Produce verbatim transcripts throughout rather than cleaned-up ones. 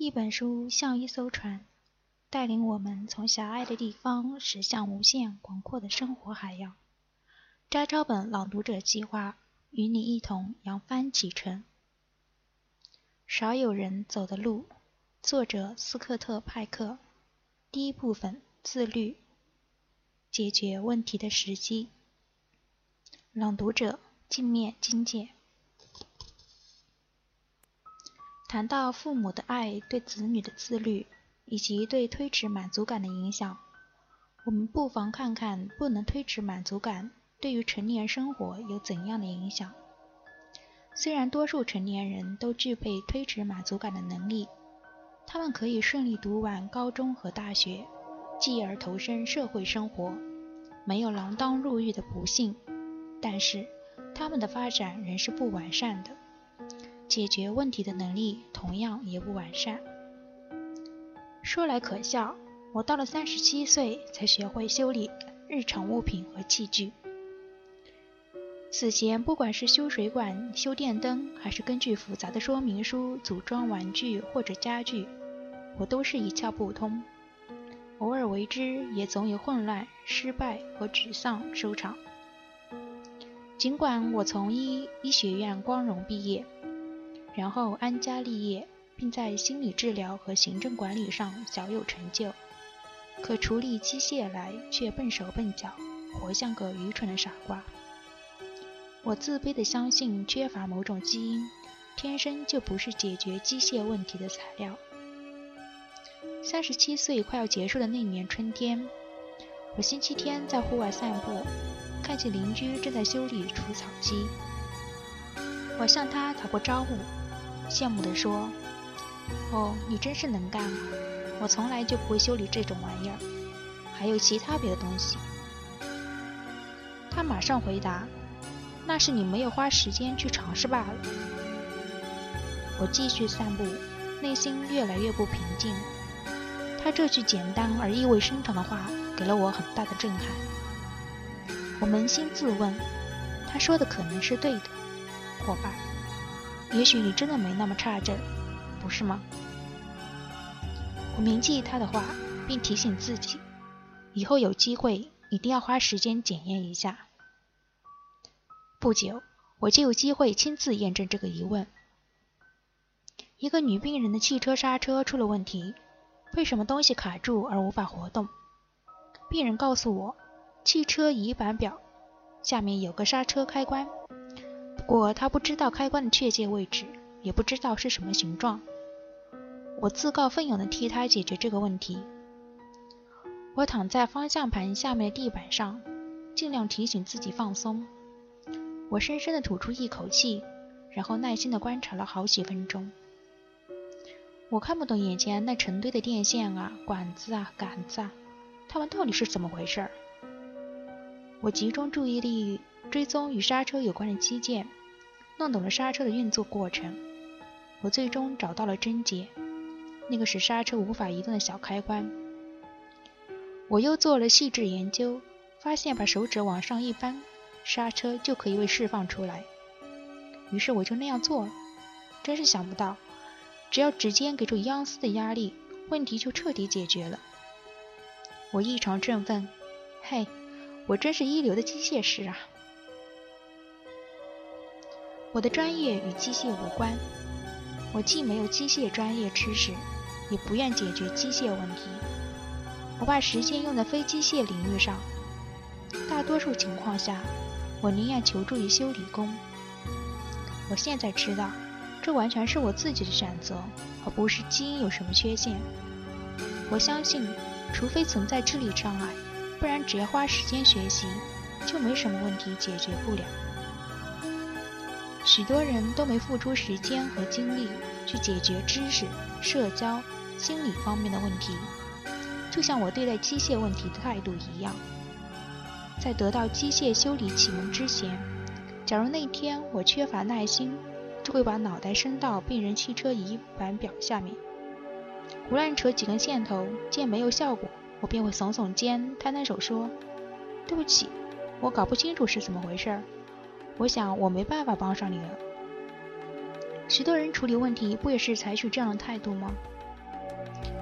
一本书像一艘船，带领我们从狭隘的地方驶向无限广阔的生活海洋。摘抄本朗读者计划与你一同扬帆启程。少有人走的路，作者斯科特·派克。第一部分：自律，解决问题的时机。朗读者：镜面金界。谈到父母的爱对子女的自律，以及对推迟满足感的影响，我们不妨看看不能推迟满足感对于成年生活有怎样的影响。虽然多数成年人都具备推迟满足感的能力，他们可以顺利读完高中和大学，继而投身社会生活，没有锒铛入狱的不幸，但是他们的发展仍是不完善的，解决问题的能力同样也不完善。说来可笑，我到了三十七岁才学会修理日常物品和器具。此前不管是修水管、修电灯，还是根据复杂的说明书组装玩具或者家具，我都是一窍不通，偶尔为之也总有混乱、失败和沮丧收场。尽管我从医医学院光荣毕业，然后安家立业，并在心理治疗和行政管理上小有成就，可处理机械来却笨手笨脚，活像个愚蠢的傻瓜。我自卑地相信缺乏某种基因，天生就不是解决机械问题的材料。三十七岁快要结束的那年春天，我星期天在户外散步，看见邻居正在修理除草机。我向他打过招呼，羡慕地说：“哦，你真是能干啊！我从来就不会修理这种玩意儿，还有其他别的东西。”他马上回答：“那是你没有花时间去尝试罢了。”我继续散步，内心越来越不平静。他这句简单而意味深长的话给了我很大的震撼。我扪心自问，他说的可能是对的，伙伴，也许你真的没那么差劲儿，不是吗？我铭记他的话，并提醒自己，以后有机会一定要花时间检验一下。不久，我就有机会亲自验证这个疑问。一个女病人的汽车刹车出了问题，被什么东西卡住而无法活动。病人告诉我，汽车仪板表下面有个刹车开关，不过他不知道开关的确切位置，也不知道是什么形状。我自告奋勇地替他解决这个问题。我躺在方向盘下面的地板上，尽量提醒自己放松。我深深地吐出一口气，然后耐心地观察了好几分钟。我看不懂眼前那成堆的电线啊、管子啊、杆子啊，它们到底是怎么回事儿？我集中注意力追踪与刹车有关的机件，弄懂了刹车的运作过程。我最终找到了症结，那个使刹车无法移动的小开关。我又做了细致研究，发现把手指往上一扳，刹车就可以被释放出来。于是我就那样做了。真是想不到，只要指尖给出一盎司的压力，问题就彻底解决了。我异常振奋，嘿，我真是一流的机械师啊！我的专业与机械无关，我既没有机械专业知识，也不愿解决机械问题。我把时间用在非机械领域上，大多数情况下，我宁愿求助于修理工。我现在知道，这完全是我自己的选择，而不是基因有什么缺陷。我相信，除非存在智力障碍，不然只要花时间学习，就没什么问题解决不了。许多人都没付出时间和精力去解决知识、社交、心理方面的问题，就像我对待机械问题的态度一样。在得到机械修理启蒙之前，假如那天我缺乏耐心，就会把脑袋伸到病人汽车仪板表下面，胡乱扯几根线头，见没有效果，我便会耸耸肩，摊摊手说：“对不起，我搞不清楚是怎么回事，我想我没办法帮上你了。”许多人处理问题不也是采取这样的态度吗？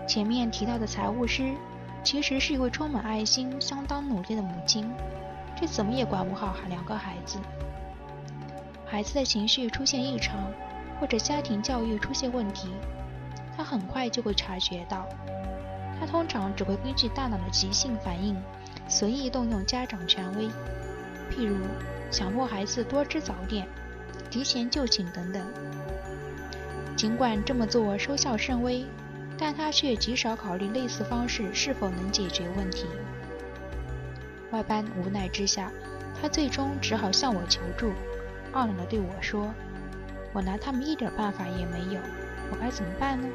前面提到的财务师其实是一位充满爱心、相当努力的母亲，却怎么也管不好两个孩子。孩子的情绪出现异常，或者家庭教育出现问题，他很快就会察觉到。他通常只会根据大脑的即兴反应，随意动用家长权威，譬如强迫孩子多吃早点、提前就寝等等。尽管这么做收效甚微，但他却极少考虑类似方式是否能解决问题。外班无奈之下，他最终只好向我求助，懊恼地对我说：“我拿他们一点办法也没有，我该怎么办呢？”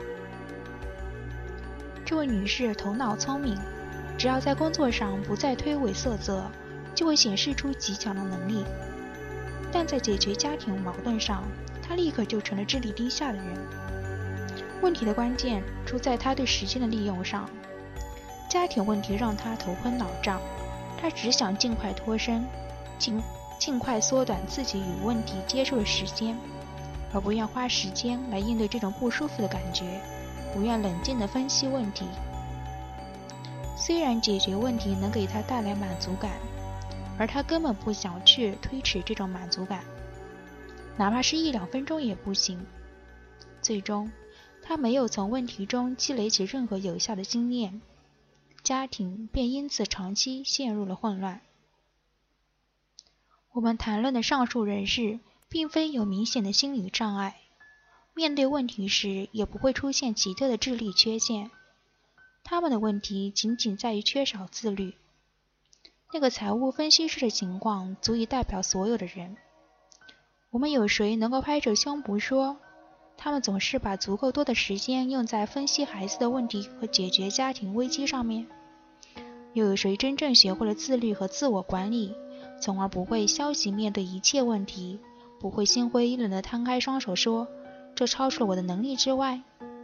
这位女士头脑聪明，只要在工作上不再推诿塞责，就会显示出极强的能力。但在解决家庭矛盾上，她立刻就成了智力低下的人。问题的关键出在她对时间的利用上。家庭问题让她头昏脑胀，她只想尽快脱身，尽尽快缩短自己与问题接触的时间，而不愿花时间来应对这种不舒服的感觉，不愿冷静地分析问题。虽然解决问题能给他带来满足感，而他根本不想去推迟这种满足感，哪怕是一两分钟也不行。最终，他没有从问题中积累起任何有效的经验，家庭便因此长期陷入了混乱。我们谈论的上述人士并非有明显的心理障碍，面对问题时也不会出现奇特的智力缺陷，他们的问题仅仅在于缺少自律。那个财务分析师的情况足以代表所有的人。我们有谁能够拍着胸脯说，他们总是把足够多的时间用在分析孩子的问题和解决家庭危机上面？又有谁真正学会了自律和自我管理，从而不会消极面对一切问题，不会心灰意冷地摊开双手说，这超出了我的能力之外？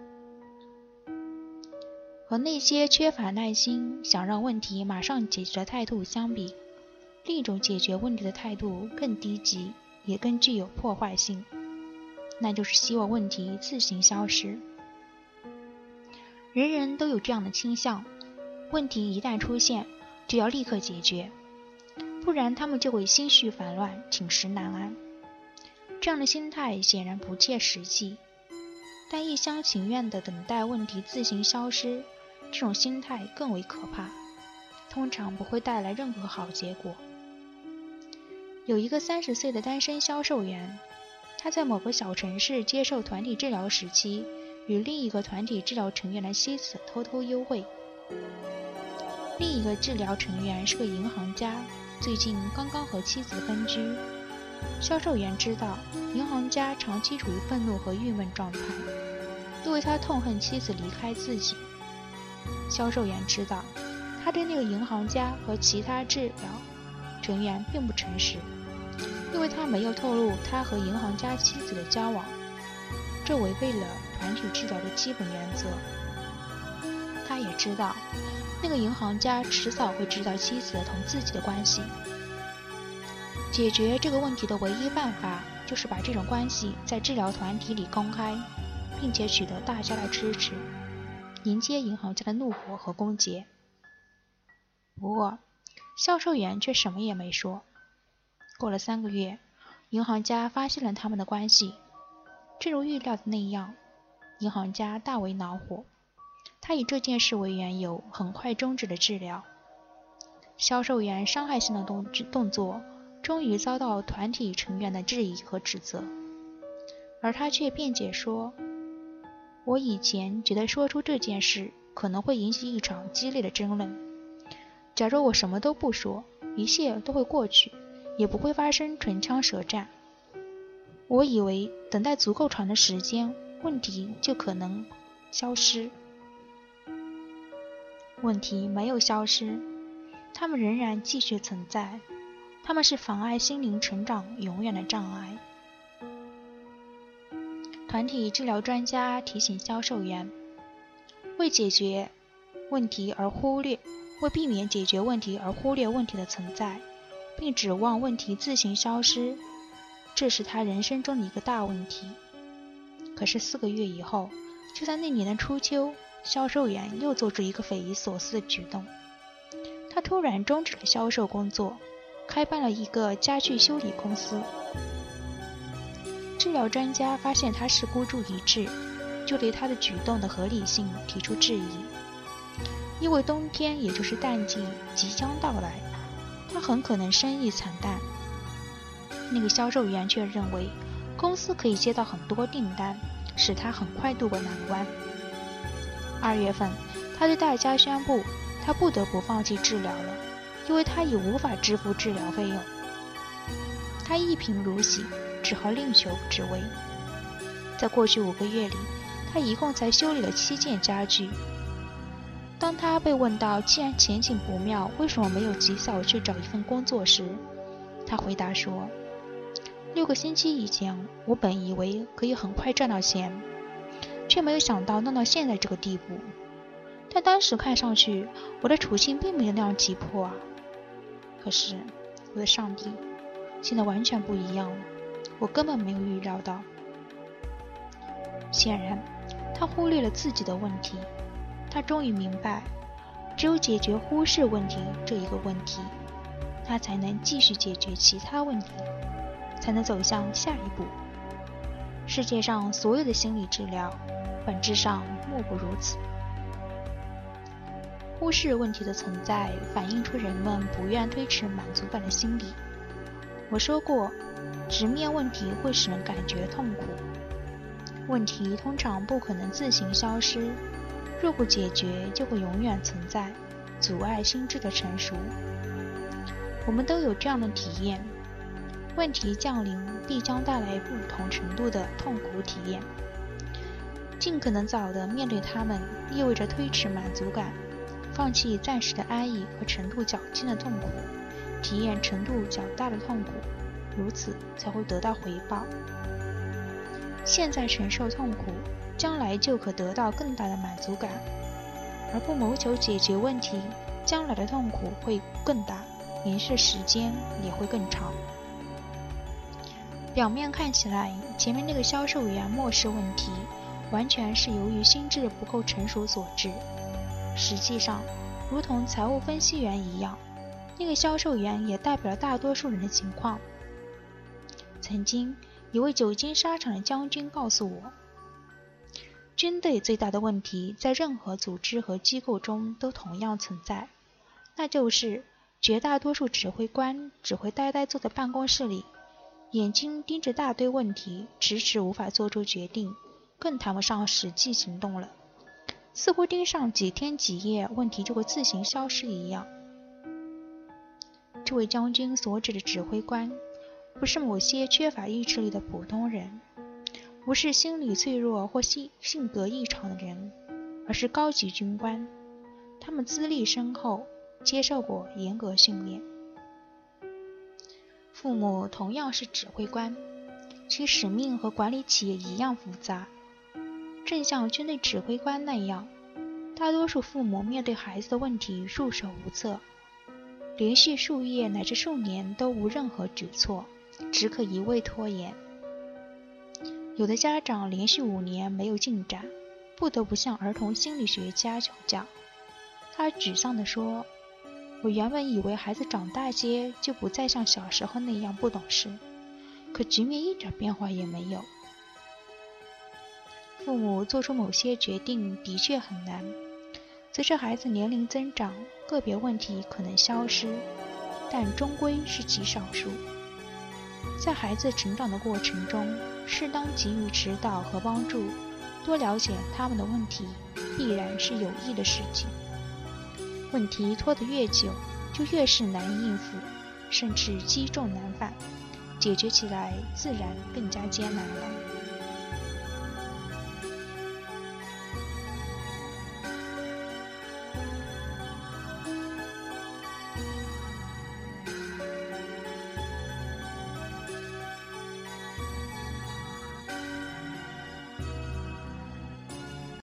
和那些缺乏耐心、想让问题马上解决的态度相比，另一种解决问题的态度更低级，也更具有破坏性，那就是希望问题自行消失。人人都有这样的倾向，问题一旦出现，就要立刻解决，不然他们就会心绪烦乱，寝食难安。这样的心态显然不切实际，但一厢情愿地等待问题自行消失，这种心态更为可怕，通常不会带来任何好结果。有一个三十岁的单身销售员，他在某个小城市接受团体治疗时期，与另一个团体治疗成员的妻子偷偷幽会。另一个治疗成员是个银行家，最近刚刚和妻子分居。销售员知道银行家长期处于愤怒和郁闷状态，因为他痛恨妻子离开自己。销售员知道他对那个银行家和其他治疗成员并不诚实，因为他没有透露他和银行家妻子的交往，这违背了团体治疗的基本原则。他也知道那个银行家迟早会知道妻子同自己的关系。解决这个问题的唯一办法就是把这种关系在治疗团体里公开，并且取得大家的支持，迎接银行家的怒火和攻讦。不过销售员却什么也没说。过了三个月，银行家发现了他们的关系，正如预料的那样，银行家大为恼火，他以这件事为缘由，很快终止了治疗。销售员伤害性的动动作终于遭到团体成员的质疑和指责，而他却辩解说，我以前觉得说出这件事可能会引起一场激烈的争论，假如我什么都不说，一切都会过去，也不会发生唇枪舌战。我以为等待足够长的时间，问题就可能消失。问题没有消失，它们仍然继续存在，它们是妨碍心灵成长永远的障碍。团体治疗专家提醒销售员，为解决问题而忽略，为避免解决问题而忽略问题的存在，并指望问题自行消失，这是他人生中的一个大问题。可是四个月以后，就在那年的初秋， 销售员又做出一个匪夷所思的举动，他突然终止了销售工作，开办了一个家具修理公司。治疗专家发现他是孤注一掷，就对他的举动的合理性提出质疑。因为冬天也就是淡季即将到来，他很可能生意惨淡。那个销售员却认为公司可以接到很多订单，使他很快渡过难关。二月份，他对大家宣布他不得不放弃治疗了，因为他已无法支付治疗费用。他一贫如洗，只好另求职位。在过去五个月里，他一共才修理了七件家具。当他被问到既然前景不妙，为什么没有及早去找一份工作时，他回答说，六个星期以前，我本以为可以很快赚到钱，却没有想到弄到现在这个地步。但当时看上去，我的处境并没有那样急迫啊。可是，我的上帝，现在完全不一样了，我根本没有预料到。显然，他忽略了自己的问题。他终于明白，只有解决忽视问题这一个问题，他才能继续解决其他问题，才能走向下一步。世界上所有的心理治疗，本质上莫不如此。忽视问题的存在，反映出人们不愿推迟满足感的心理。我说过，直面问题会使人感觉痛苦。问题通常不可能自行消失，若不解决，就会永远存在，阻碍心智的成熟。我们都有这样的体验，问题降临必将带来不同程度的痛苦体验。尽可能早地面对它们，意味着推迟满足感，放弃暂时的安逸和程度较轻的痛苦，体验程度较大的痛苦，如此才会得到回报。现在承受痛苦，将来就可得到更大的满足感，而不谋求解决问题，将来的痛苦会更大，延续时间也会更长。表面看起来，前面那个销售员漠视问题，完全是由于心智不够成熟所致。实际上，如同财务分析员一样，那个销售员也代表了大多数人的情况。曾经，一位久经沙场的将军告诉我，军队最大的问题在任何组织和机构中都同样存在，那就是绝大多数指挥官只会呆呆坐在办公室里，眼睛盯着大堆问题，迟迟无法做出决定，更谈不上实际行动了，似乎盯上几天几夜，问题就会自行消失一样。这位将军所指的指挥官，不是某些缺乏意志力的普通人，不是心理脆弱或性性格异常的人，而是高级军官。他们资历深厚，接受过严格训练。父母同样是指挥官，其使命和管理企业一样复杂。正像军队指挥官那样，大多数父母面对孩子的问题束手无策，连续数月乃至数年都无任何举措，只可一味拖延。有的家长连续五年没有进展，不得不向儿童心理学家求教。他沮丧地说，我原本以为孩子长大些就不再像小时候那样不懂事，可局面一点变化也没有。父母做出某些决定的确很难，随着孩子年龄增长，个别问题可能消失，但终归是极少数。在孩子成长的过程中，适当给予指导和帮助，多了解他们的问题，必然是有益的事情。问题拖得越久，就越是难应付，甚至积重难返，解决起来自然更加艰难了。